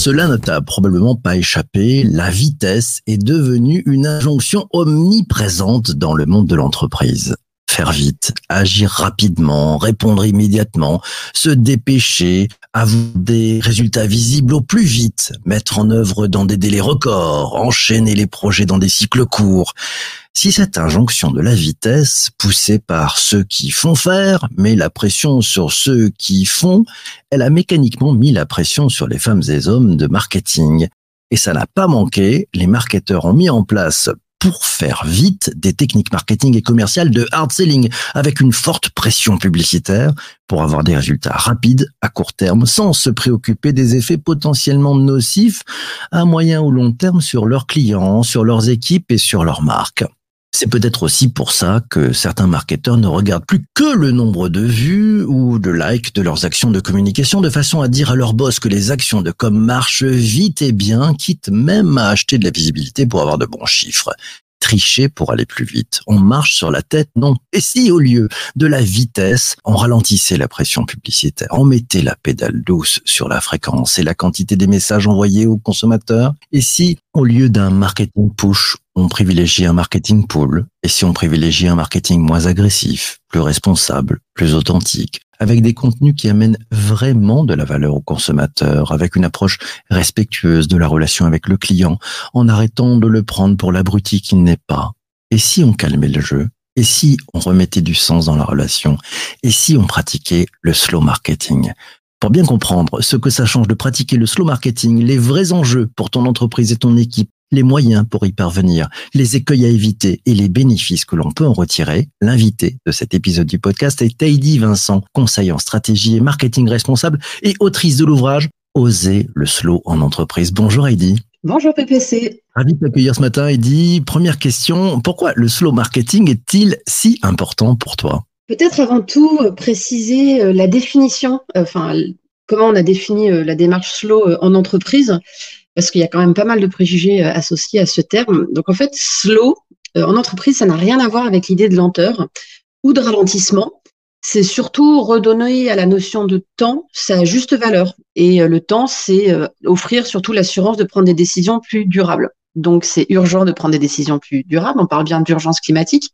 Cela ne t'a probablement pas échappé, la vitesse est devenue une injonction omniprésente dans le monde de l'entreprise. Faire vite, agir rapidement, répondre immédiatement, se dépêcher, avoir des résultats visibles au plus vite, mettre en œuvre dans des délais records, enchaîner les projets dans des cycles courts. Si cette injonction de la vitesse, poussée par ceux qui font faire, met la pression sur ceux qui font, elle a mécaniquement mis la pression sur les femmes et hommes de marketing. Et ça n'a pas manqué, les marketeurs ont mis en place pour faire vite des techniques marketing et commerciales de hard selling avec une forte pression publicitaire pour avoir des résultats rapides à court terme sans se préoccuper des effets potentiellement nocifs à moyen ou long terme sur leurs clients, sur leurs équipes et sur leurs marques. C'est peut-être aussi pour ça que certains marketeurs ne regardent plus que le nombre de vues ou de likes de leurs actions de communication de façon à dire à leur boss que les actions de com marchent vite et bien, quitte même à acheter de la visibilité pour avoir de bons chiffres. Tricher pour aller plus vite. On marche sur la tête, non. Et si au lieu de la vitesse, on ralentissait la pression publicitaire, on mettait la pédale douce sur la fréquence et la quantité des messages envoyés aux consommateurs? Et si au lieu d'un marketing push, on privilégie un marketing pull? Et si on privilégie un marketing moins agressif, plus responsable, plus authentique, avec des contenus qui amènent vraiment de la valeur aux consommateurs, avec une approche respectueuse de la relation avec le client, en arrêtant de le prendre pour l'abruti qu'il n'est pas? Et si on calmait le jeu? Et si on remettait du sens dans la relation? Et si on pratiquait le slow marketing? Pour bien comprendre ce que ça change de pratiquer le slow marketing, les vrais enjeux pour ton entreprise et ton équipe, les moyens pour y parvenir, les écueils à éviter et les bénéfices que l'on peut en retirer, l'invité de cet épisode du podcast est Heidi Vincent, conseiller en stratégie et marketing responsable et autrice de l'ouvrage Oser le slow en entreprise. Bonjour Heidi. Bonjour PPC. Ravi de t'accueillir ce matin Heidi. Première question, pourquoi le slow marketing est-il si important pour toi? Peut-être avant tout préciser la définition, comment on a défini la démarche slow en entreprise, parce qu'il y a quand même pas mal de préjugés associés à ce terme. Donc en fait, slow en entreprise, ça n'a rien à voir avec l'idée de lenteur ou de ralentissement. C'est surtout redonner à la notion de temps sa juste valeur. Et le temps, c'est offrir surtout l'assurance de prendre des décisions plus durables. Donc, c'est urgent de prendre des décisions plus durables. On parle bien d'urgence climatique.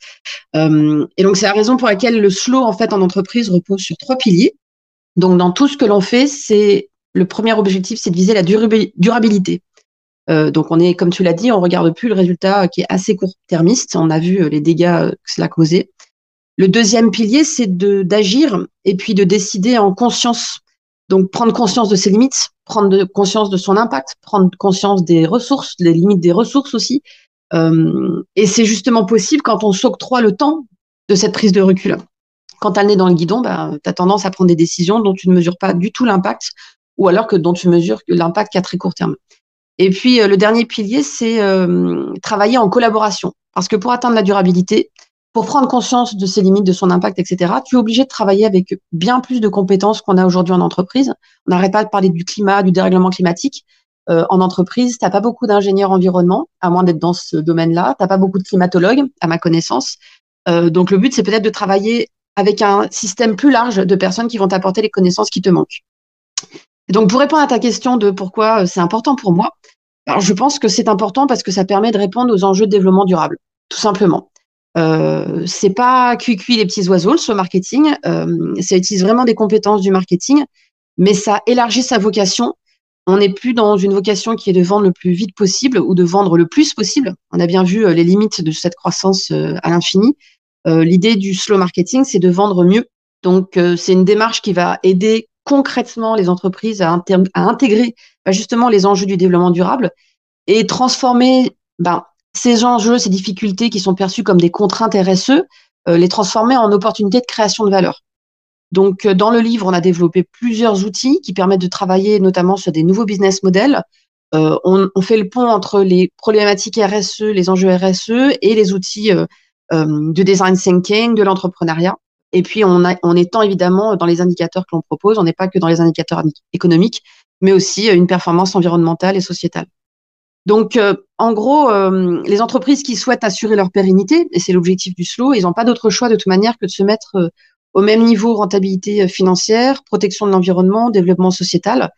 Et donc, c'est la raison pour laquelle le slow, en fait, en entreprise, repose sur 3 piliers. Donc, dans tout ce que l'on fait, le premier objectif, c'est de viser la durabilité. Donc, comme tu l'as dit, on regarde plus le résultat qui est assez court-termiste. On a vu les dégâts que cela causait. Le deuxième pilier, c'est d'agir et puis de décider en conscience. Donc, prendre conscience de ses limites, prendre conscience de son impact, prendre conscience des ressources, des limites des ressources aussi. Et c'est justement possible quand on s'octroie le temps de cette prise de recul. Quand tu as le nez dans le guidon, tu as tendance à prendre des décisions dont tu ne mesures pas du tout l'impact ou alors dont tu mesures l'impact qu'à très court terme. Et puis, le dernier pilier, c'est travailler en collaboration. Parce que pour atteindre la durabilité, pour prendre conscience de ses limites, de son impact, etc., tu es obligé de travailler avec bien plus de compétences qu'on a aujourd'hui en entreprise. On n'arrête pas de parler du climat, du dérèglement climatique. En entreprise, tu n'as pas beaucoup d'ingénieurs environnement, à moins d'être dans ce domaine-là. Tu n'as pas beaucoup de climatologues, à ma connaissance. Donc, le but, c'est peut-être de travailler avec un système plus large de personnes qui vont t'apporter les connaissances qui te manquent. Et donc, pour répondre à ta question de pourquoi c'est important pour moi, alors je pense que c'est important parce que ça permet de répondre aux enjeux de développement durable, tout simplement. C'est pas cuit les petits oiseaux, le slow marketing. Ça utilise vraiment des compétences du marketing, mais ça élargit sa vocation. On n'est plus dans une vocation qui est de vendre le plus vite possible ou de vendre le plus possible. On a bien vu les limites de cette croissance à l'infini. L'idée du slow marketing, c'est de vendre mieux. Donc, c'est une démarche qui va aider concrètement les entreprises à intégrer justement les enjeux du développement durable et transformer ces enjeux, ces difficultés qui sont perçues comme des contraintes RSE, les transformer en opportunités de création de valeur. Donc, dans le livre, on a développé plusieurs outils qui permettent de travailler notamment sur des nouveaux business models. On fait le pont entre les problématiques RSE, les enjeux RSE et les outils de design thinking, de l'entrepreneuriat. Et puis, on étend évidemment dans les indicateurs que l'on propose. On n'est pas que dans les indicateurs économiques, mais aussi une performance environnementale et sociétale. Donc, en gros, les entreprises qui souhaitent assurer leur pérennité, et c'est l'objectif du slow, ils n'ont pas d'autre choix de toute manière que de se mettre au même niveau rentabilité financière, protection de l'environnement, développement sociétal.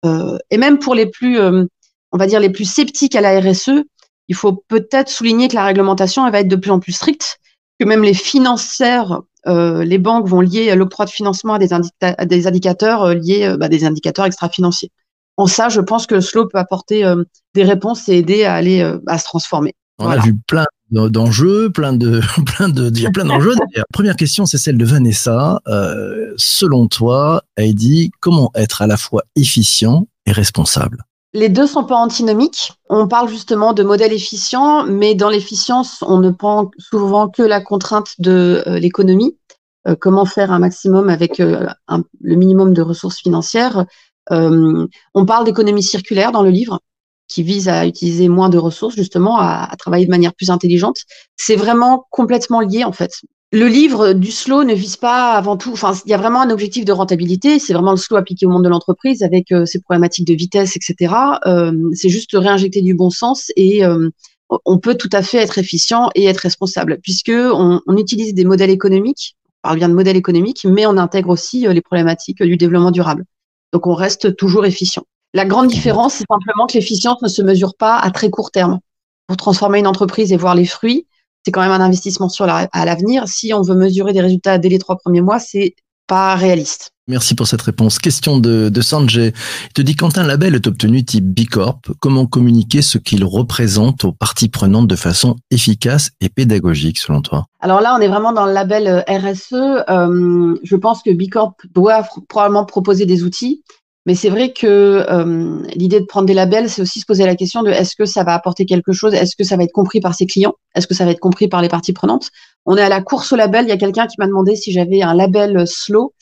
Et même pour les plus, on va dire les plus sceptiques à la RSE, il faut peut-être souligner que la réglementation elle va être de plus en plus stricte, que même les financières, les banques vont lier l'octroi de financement à des indicateurs liés, des indicateurs extra-financiers. En ça, je pense que Slow peut apporter des réponses et aider à aller à se transformer. On a vu plein d'enjeux, il y a plein d'enjeux. D'ailleurs. Première question, c'est celle de Vanessa. Selon toi, Heidi, comment être à la fois efficient et responsable? Les deux sont pas antinomiques. On parle justement de modèle efficient, mais dans l'efficience, on ne prend souvent que la contrainte de l'économie. Comment faire un maximum avec le minimum de ressources financières. On parle d'économie circulaire dans le livre, qui vise à utiliser moins de ressources, justement, à travailler de manière plus intelligente. C'est vraiment complètement lié, en fait. Le livre du slow ne vise pas avant tout, enfin, il y a vraiment un objectif de rentabilité, c'est vraiment le slow appliqué au monde de l'entreprise avec ses problématiques de vitesse, etc. C'est juste réinjecter du bon sens et on peut tout à fait être efficient et être responsable puisque on utilise des modèles économiques, on parle bien de modèles économiques, mais on intègre aussi les problématiques du développement durable. Donc on reste toujours efficient. La grande différence, c'est simplement que l'efficience ne se mesure pas à très court terme. Pour transformer une entreprise et voir les fruits, c'est quand même un investissement à l'avenir. Si on veut mesurer des résultats dès les 3 premiers mois, c'est pas réaliste. Merci pour cette réponse. Question de Sanjay. Il te dit, quand un label est obtenu type B Corp, comment communiquer ce qu'il représente aux parties prenantes de façon efficace et pédagogique, selon toi? Alors là, on est vraiment dans le label RSE. Je pense que B Corp doit probablement proposer des outils. Mais c'est vrai que l'idée de prendre des labels, c'est aussi se poser la question de est-ce que ça va apporter quelque chose? Est-ce que ça va être compris par ses clients? Est-ce que ça va être compris par les parties prenantes? On est à la course au label. Il y a quelqu'un qui m'a demandé si j'avais un label slow.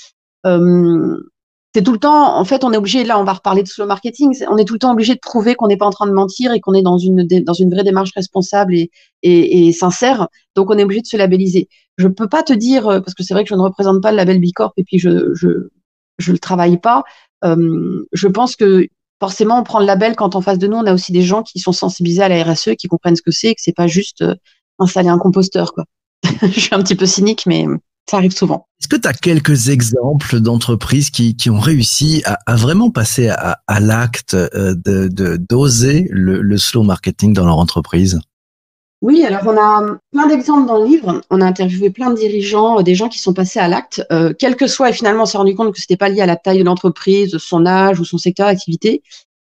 C'est tout le temps, en fait, on est obligé, là, on va reparler de slow marketing, on est tout le temps obligé de prouver qu'on n'est pas en train de mentir et qu'on est dans une vraie démarche responsable et sincère. Donc, on est obligé de se labelliser. Je peux pas te dire, parce que c'est vrai que je ne représente pas le label B Corp et puis je le travaille pas. Je pense que forcément, on prend le label quand en face de nous, on a aussi des gens qui sont sensibilisés à la RSE, qui comprennent ce que c'est, que c'est pas juste installer un composteur, quoi. Je suis un petit peu cynique, mais ça arrive souvent. Est-ce que tu as quelques exemples d'entreprises qui ont réussi à vraiment passer à l'acte d'oser le slow marketing dans leur entreprise? Oui, alors on a plein d'exemples dans le livre. On a interviewé plein de dirigeants, des gens qui sont passés à l'acte, quel que soit, et finalement on s'est rendu compte que c'était pas lié à la taille de l'entreprise, son âge ou son secteur d'activité.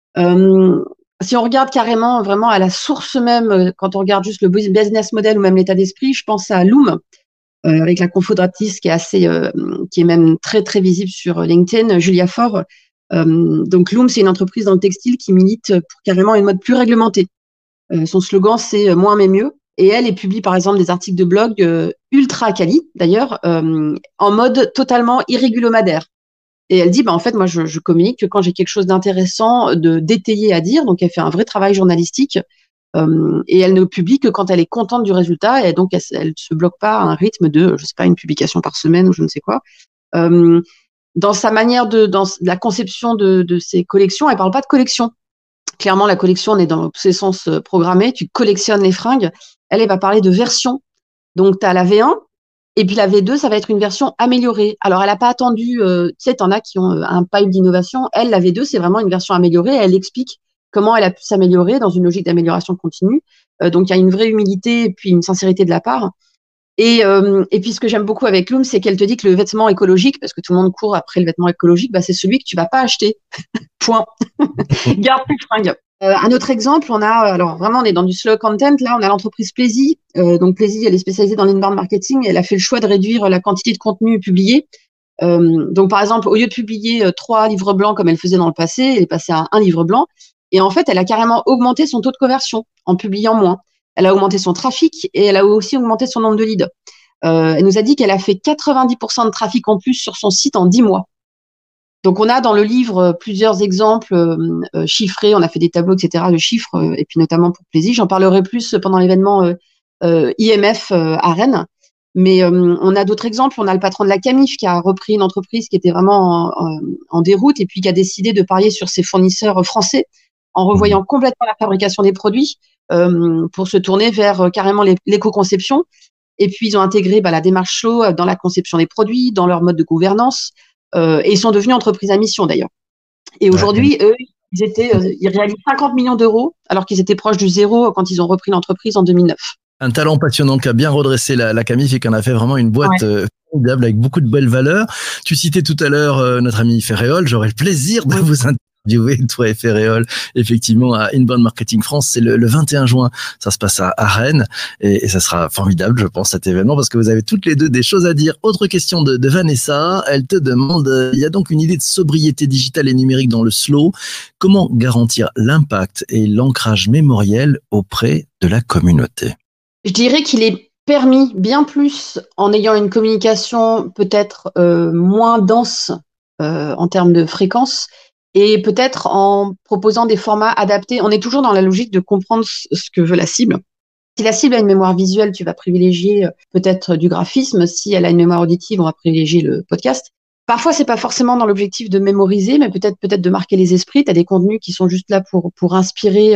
Si on regarde carrément vraiment à la source même, quand on regarde juste le business model ou même l'état d'esprit, je pense à Loom, avec la cofondatrice qui est même très très visible sur LinkedIn, Julia Faure. Donc Loom, c'est une entreprise dans le textile qui milite pour carrément une mode plus réglementée. Son slogan, c'est moins mais mieux. Et elle publie par exemple des articles de blog ultra quali, d'ailleurs, en mode totalement irrégulomadaire. Et elle dit, en fait, moi, je communique que quand j'ai quelque chose d'intéressant, d'étayer à dire. Donc, elle fait un vrai travail journalistique. Et elle ne publie que quand elle est contente du résultat. Et donc, elle se bloque pas à un rythme de, je sais pas, une publication par semaine ou je ne sais quoi. Dans sa manière dans la conception de ses collections, elle parle pas de collection. Clairement, la collection, on est dans l'obsolescence programmée. Tu collectionnes les fringues. Elle va parler de version. Donc, tu as la V1 et puis la V2, ça va être une version améliorée. Alors, elle n'a pas attendu, tu sais, t'en as qui ont un pipe d'innovation. Elle, la V2, c'est vraiment une version améliorée. Elle explique comment elle a pu s'améliorer dans une logique d'amélioration continue. Donc, il y a une vraie humilité et puis une sincérité de la part. Et puis, ce que j'aime beaucoup avec Loom, c'est qu'elle te dit que le vêtement écologique, parce que tout le monde court après le vêtement écologique, c'est celui que tu vas pas acheter. Point. Garde tes fringues. Un autre exemple, alors vraiment, on est dans du slow content. Là, on a l'entreprise Plaisy. Donc, Plaisy, elle est spécialisée dans l'inbound marketing. Elle a fait le choix de réduire la quantité de contenu publié. Donc, par exemple, au lieu de publier 3 livres blancs comme elle faisait dans le passé, elle est passée à 1 livre blanc. Et en fait, elle a carrément augmenté son taux de conversion en publiant moins. Elle a augmenté son trafic et elle a aussi augmenté son nombre de leads. Elle nous a dit qu'elle a fait 90% de trafic en plus sur son site en 10 mois. Donc, on a dans le livre plusieurs exemples chiffrés. On a fait des tableaux, etc., de chiffres, et puis notamment pour Plaisir. J'en parlerai plus pendant l'événement IMF à Rennes. Mais on a d'autres exemples. On a le patron de la Camif qui a repris une entreprise qui était vraiment en déroute et puis qui a décidé de parier sur ses fournisseurs français en revoyant complètement la fabrication des produits pour se tourner vers carrément l'éco-conception. Et puis, ils ont intégré la démarche slow dans la conception des produits, dans leur mode de gouvernance. Et ils sont devenus entreprises à mission, d'ailleurs. Et aujourd'hui, eux, ils réalisent 50 millions d'euros alors qu'ils étaient proches du zéro quand ils ont repris l'entreprise en 2009. Un talent passionnant qui a bien redressé la Camif et qui en a fait vraiment une boîte formidable avec beaucoup de belles valeurs. Tu citais tout à l'heure notre ami Ferréol. J'aurai le plaisir de vous interviewer, toi et Ferréol, effectivement, à Inbound Marketing France. C'est le 21 juin. Ça se passe à Rennes et ça sera formidable, je pense, cet événement parce que vous avez toutes les deux des choses à dire. Autre question de Vanessa. Elle te demande, il y a donc une idée de sobriété digitale et numérique dans le slow. Comment garantir l'impact et l'ancrage mémoriel auprès de la communauté? Je dirais qu'il est permis bien plus en ayant une communication peut-être moins dense en termes de fréquence et peut-être en proposant des formats adaptés. On est toujours dans la logique de comprendre ce que veut la cible. Si la cible a une mémoire visuelle, tu vas privilégier peut-être du graphisme. Si elle a une mémoire auditive, on va privilégier le podcast. Parfois, c'est pas forcément dans l'objectif de mémoriser, mais peut-être de marquer les esprits. Tu as des contenus qui sont juste là pour inspirer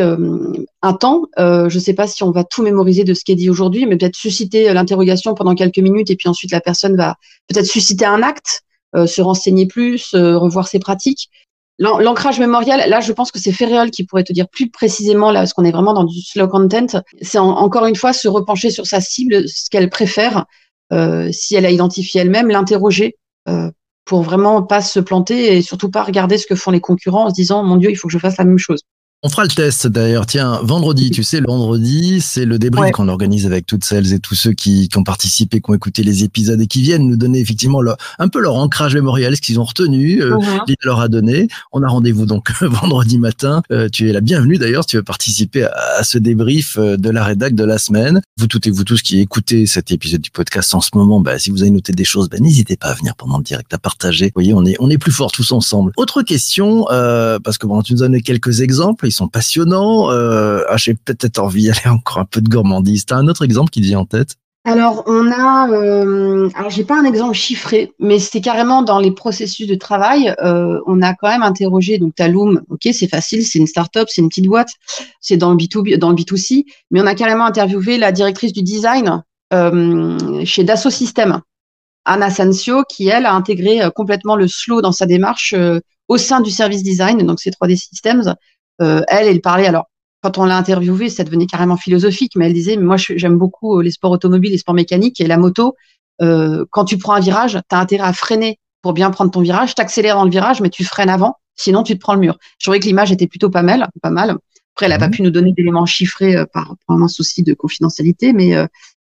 un temps. Je sais pas si on va tout mémoriser de ce qui est dit aujourd'hui, mais peut-être susciter l'interrogation pendant quelques minutes et puis ensuite la personne va peut-être susciter un acte, se renseigner plus, revoir ses pratiques. L'ancrage mémorial, là, je pense que c'est Ferréol qui pourrait te dire plus précisément, là, parce qu'on est vraiment dans du slow content. C'est encore une fois se repencher sur sa cible, ce qu'elle préfère, si elle a identifié elle-même, l'interroger. Pour vraiment pas se planter et surtout pas regarder ce que font les concurrents en se disant mon Dieu, il faut que je fasse la même chose. On fera le test d'ailleurs. Tiens, vendredi, tu sais, le vendredi, c'est le débrief qu'on organise avec toutes celles et tous ceux qui ont participé, qui ont écouté les épisodes et qui viennent nous donner effectivement un peu leur ancrage mémoriel, ce qu'ils ont retenu, l'idée leur a donné. On a rendez-vous donc vendredi matin. Tu es la bienvenue d'ailleurs si tu veux participer à ce débrief de la rédac de la semaine. Vous toutes et vous tous qui écoutez cet épisode du podcast en ce moment, si vous avez noté des choses, n'hésitez pas à venir pendant le direct, à partager. Vous voyez, on est plus forts tous ensemble. Autre question, parce que tu nous donnes quelques exemples. Ils sont passionnants. J'ai peut-être envie d'aller encore un peu de gourmandise. T'as un autre exemple qui te vient en tête? Alors, on a... alors, j'ai pas un exemple chiffré, mais c'est carrément dans les processus de travail. On a quand même interrogé, donc Taloom, ok, c'est facile, c'est une start-up, c'est une petite boîte, c'est dans le B2B, dans le B2C, mais on a carrément interviewé la directrice du design chez Dassault Systèmes, Anna Sancio, qui, elle, a intégré complètement le slow dans sa démarche au sein du service design, donc c'est 3D Systems. Elle parlait, alors, quand on l'a interviewée, ça devenait carrément philosophique, mais elle disait, moi, j'aime beaucoup les sports automobiles, les sports mécaniques et la moto. Quand tu prends un virage, tu as intérêt à freiner pour bien prendre ton virage, t'accélères dans le virage, mais tu freines avant, sinon tu te prends le mur. Je trouvais que l'image était plutôt pas mal. Après, elle n'a pas pu nous donner d'éléments chiffrés par un souci de confidentialité, mais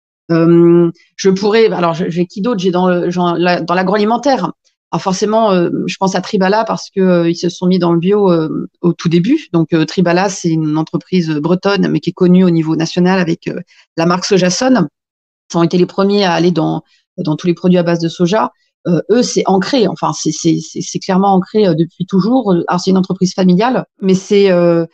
je pourrais, alors j'ai qui d'autre? J'ai dans l'agroalimentaire. Alors forcément, je pense à Tribala parce que ils se sont mis dans le bio au tout début. Donc Tribala, c'est une entreprise bretonne, mais qui est connue au niveau national avec la marque Sojason. Ils ont été les premiers à aller dans tous les produits à base de soja. Eux, c'est ancré. Enfin, c'est clairement ancré depuis toujours. Alors c'est une entreprise familiale, mais c'est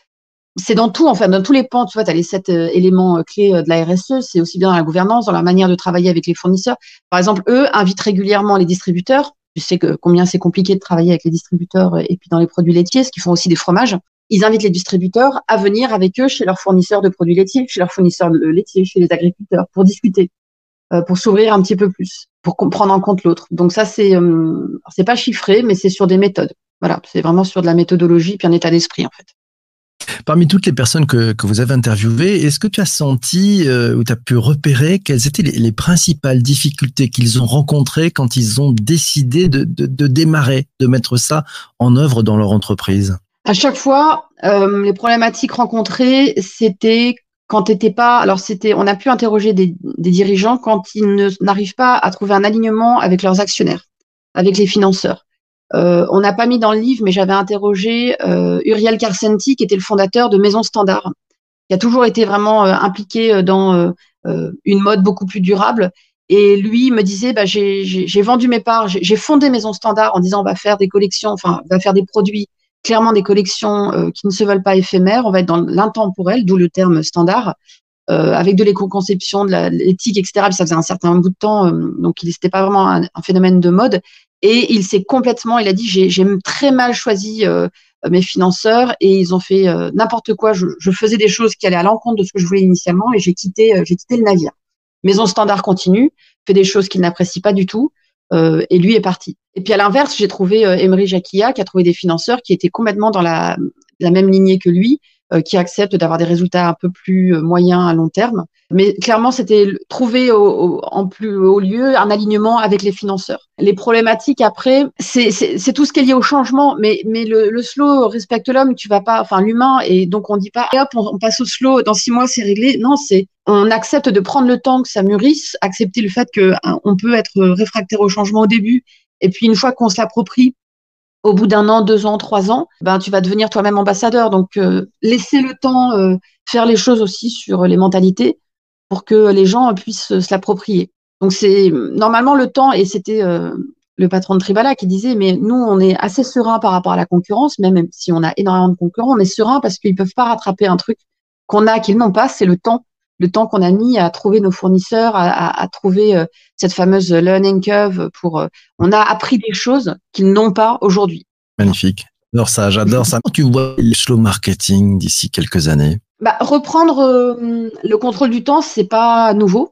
dans tout, en fait, dans tous les pans. Tu vois, tu as les 7 éléments clés de la RSE. C'est aussi bien dans la gouvernance, dans la manière de travailler avec les fournisseurs. Par exemple, eux invitent régulièrement les distributeurs. Tu sais combien c'est compliqué de travailler avec les distributeurs et puis dans les produits laitiers, ce qui font aussi des fromages. Ils invitent les distributeurs à venir avec eux chez leurs fournisseurs de produits laitiers, chez leurs fournisseurs laitiers, chez les agriculteurs, pour discuter, pour s'ouvrir un petit peu plus, pour prendre en compte l'autre. Donc ça, c'est pas chiffré, mais c'est sur des méthodes. Voilà, c'est vraiment sur de la méthodologie puis un état d'esprit, en fait. Parmi toutes les personnes que vous avez interviewées, est-ce que tu as senti ou tu as pu repérer quelles étaient les principales difficultés qu'ils ont rencontrées quand ils ont décidé de démarrer, de mettre ça en œuvre dans leur entreprise? À chaque fois, les problématiques rencontrées, c'était quand t'étais pas. Alors on a pu interroger des dirigeants quand ils n'arrivent pas à trouver un alignement avec leurs actionnaires, avec les financeurs. On n'a pas mis dans le livre, mais j'avais interrogé Uriel Carcenti, qui était le fondateur de Maison Standard, qui a toujours été vraiment impliqué dans une mode beaucoup plus durable. Et lui me disait, j'ai vendu mes parts, j'ai fondé Maison Standard en disant on va faire des collections, enfin on va faire des produits, clairement des collections qui ne se veulent pas éphémères, on va être dans l'intemporel, d'où le terme standard. Avec de l'éco-conception, de l'éthique, etc. Ça faisait un certain bout de temps, donc il n'était pas vraiment un phénomène de mode. Et il a dit, j'ai très mal choisi mes financeurs et ils ont fait n'importe quoi. Je faisais des choses qui allaient à l'encontre de ce que je voulais initialement et j'ai quitté le navire. Maison Standard continue, fait des choses qu'il n'apprécie pas du tout et lui est parti. Et puis à l'inverse, j'ai trouvé Emery Jacquia qui a trouvé des financeurs qui étaient complètement dans la même lignée que lui, qui acceptent d'avoir des résultats un peu plus moyens à long terme. Mais clairement, c'était trouver en plus haut lieu un alignement avec les financeurs. Les problématiques après, c'est tout ce qui est lié au changement, mais le slow respecte l'homme, tu vas pas, enfin l'humain, et donc on dit pas hop, on passe au slow, dans 6 mois c'est réglé. Non, on accepte de prendre le temps que ça mûrisse, accepter le fait que on peut être réfractaire au changement au début, et puis une fois qu'on se l'approprie, au bout d'1 an, 2 ans, 3 ans, ben tu vas devenir toi-même ambassadeur. Donc laisser le temps faire les choses aussi sur les mentalités pour que les gens puissent se l'approprier. Donc c'est normalement le temps, et c'était le patron de Tribala qui disait, mais nous on est assez serein par rapport à la concurrence, même si on a énormément de concurrents, on est serein parce qu'ils peuvent pas rattraper un truc qu'on a qu'ils n'ont pas, c'est le temps qu'on a mis à trouver nos fournisseurs, à trouver cette fameuse learning curve on a appris des choses qu'ils n'ont pas aujourd'hui. Magnifique. J'adore ça. Comment tu vois le slow marketing d'ici quelques années? Reprendre le contrôle du temps, c'est pas nouveau.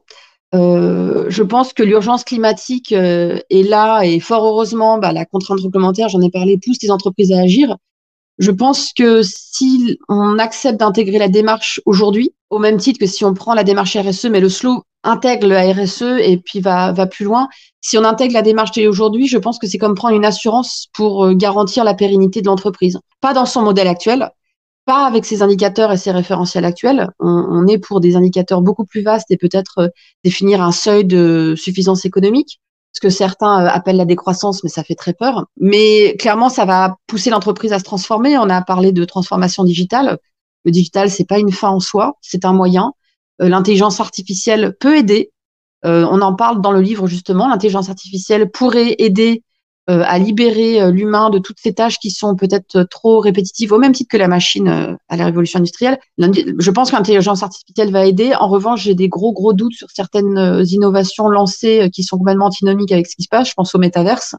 Je pense que l'urgence climatique est là, et fort heureusement, la contrainte réglementaire, j'en ai parlé, pousse les entreprises à agir. Je pense que si on accepte d'intégrer la démarche aujourd'hui, au même titre que si on prend la démarche RSE, mais le slow intègre la RSE et puis va plus loin. Si on intègre la démarche aujourd'hui, je pense que c'est comme prendre une assurance pour garantir la pérennité de l'entreprise. Pas dans son modèle actuel, pas avec ses indicateurs et ses référentiels actuels. On est pour des indicateurs beaucoup plus vastes et peut-être définir un seuil de suffisance économique, ce que certains appellent la décroissance, mais ça fait très peur. Mais clairement, ça va pousser l'entreprise à se transformer. On a parlé de transformation digitale. Le digital, c'est pas une fin en soi, c'est un moyen. L'intelligence artificielle peut aider. On en parle dans le livre justement. L'intelligence artificielle pourrait aider à libérer l'humain de toutes ces tâches qui sont peut-être trop répétitives, au même titre que la machine à la révolution industrielle. Je pense que l'intelligence artificielle va aider. En revanche, j'ai des gros doutes sur certaines innovations lancées qui sont complètement antinomiques avec ce qui se passe. Je pense au métaverse.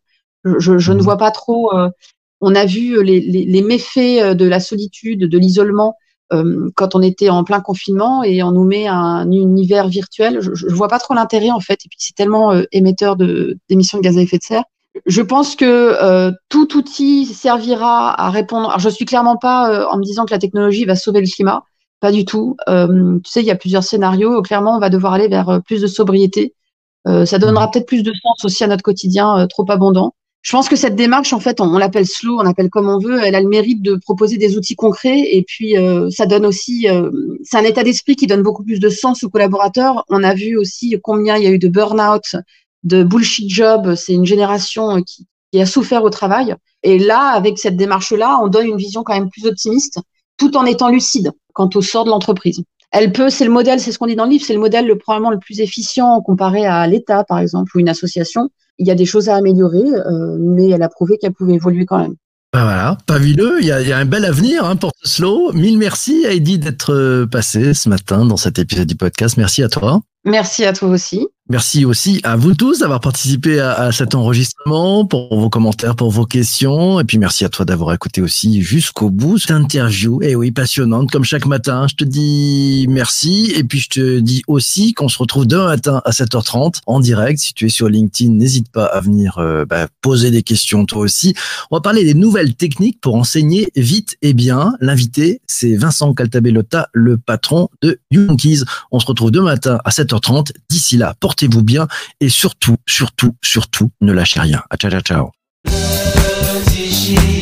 Je ne vois pas trop. On a vu les méfaits de la solitude, de l'isolement quand on était en plein confinement, et on nous met un univers virtuel. Je vois pas trop l'intérêt en fait. Et puis c'est tellement émetteur d'émissions de gaz à effet de serre. Je pense que tout outil servira à répondre. Alors, je suis clairement pas en me disant que la technologie va sauver le climat, pas du tout. Tu sais, il y a plusieurs scénarios. Clairement, on va devoir aller vers plus de sobriété. Ça donnera peut-être plus de sens aussi à notre quotidien trop abondant. Je pense que cette démarche, en fait, on l'appelle slow, on l'appelle comme on veut. Elle a le mérite de proposer des outils concrets, et puis ça donne aussi, c'est un état d'esprit qui donne beaucoup plus de sens aux collaborateurs. On a vu aussi combien il y a eu de burn-out, de bullshit job. C'est une génération qui a souffert au travail. Et là, avec cette démarche-là, on donne une vision quand même plus optimiste, tout en étant lucide quant au sort de l'entreprise. C'est le modèle, c'est ce qu'on dit dans le livre, c'est le modèle probablement le plus efficient comparé à l'État, par exemple, ou une association. Il y a des choses à améliorer, mais elle a prouvé qu'elle pouvait évoluer quand même. Voilà, pavilleux, il y a un bel avenir pour ce slow. Mille merci Heidi d'être passée ce matin dans cet épisode du podcast. Merci à toi. Merci à toi aussi. Merci aussi à vous tous d'avoir participé à cet enregistrement, pour vos commentaires, pour vos questions. Et puis merci à toi d'avoir écouté aussi jusqu'au bout cette interview. Et oui, passionnante comme chaque matin. Je te dis merci. Et puis je te dis aussi qu'on se retrouve demain matin à 7h30 en direct. Si tu es sur LinkedIn, n'hésite pas à venir poser des questions toi aussi. On va parler des nouvelles techniques pour enseigner vite et bien. L'invité, c'est Vincent Caltabellota, le patron de YouMonkeys. On se retrouve demain matin à 7h30. D'ici là, portez-vous bien et surtout, ne lâchez rien. Ciao, ciao, ciao.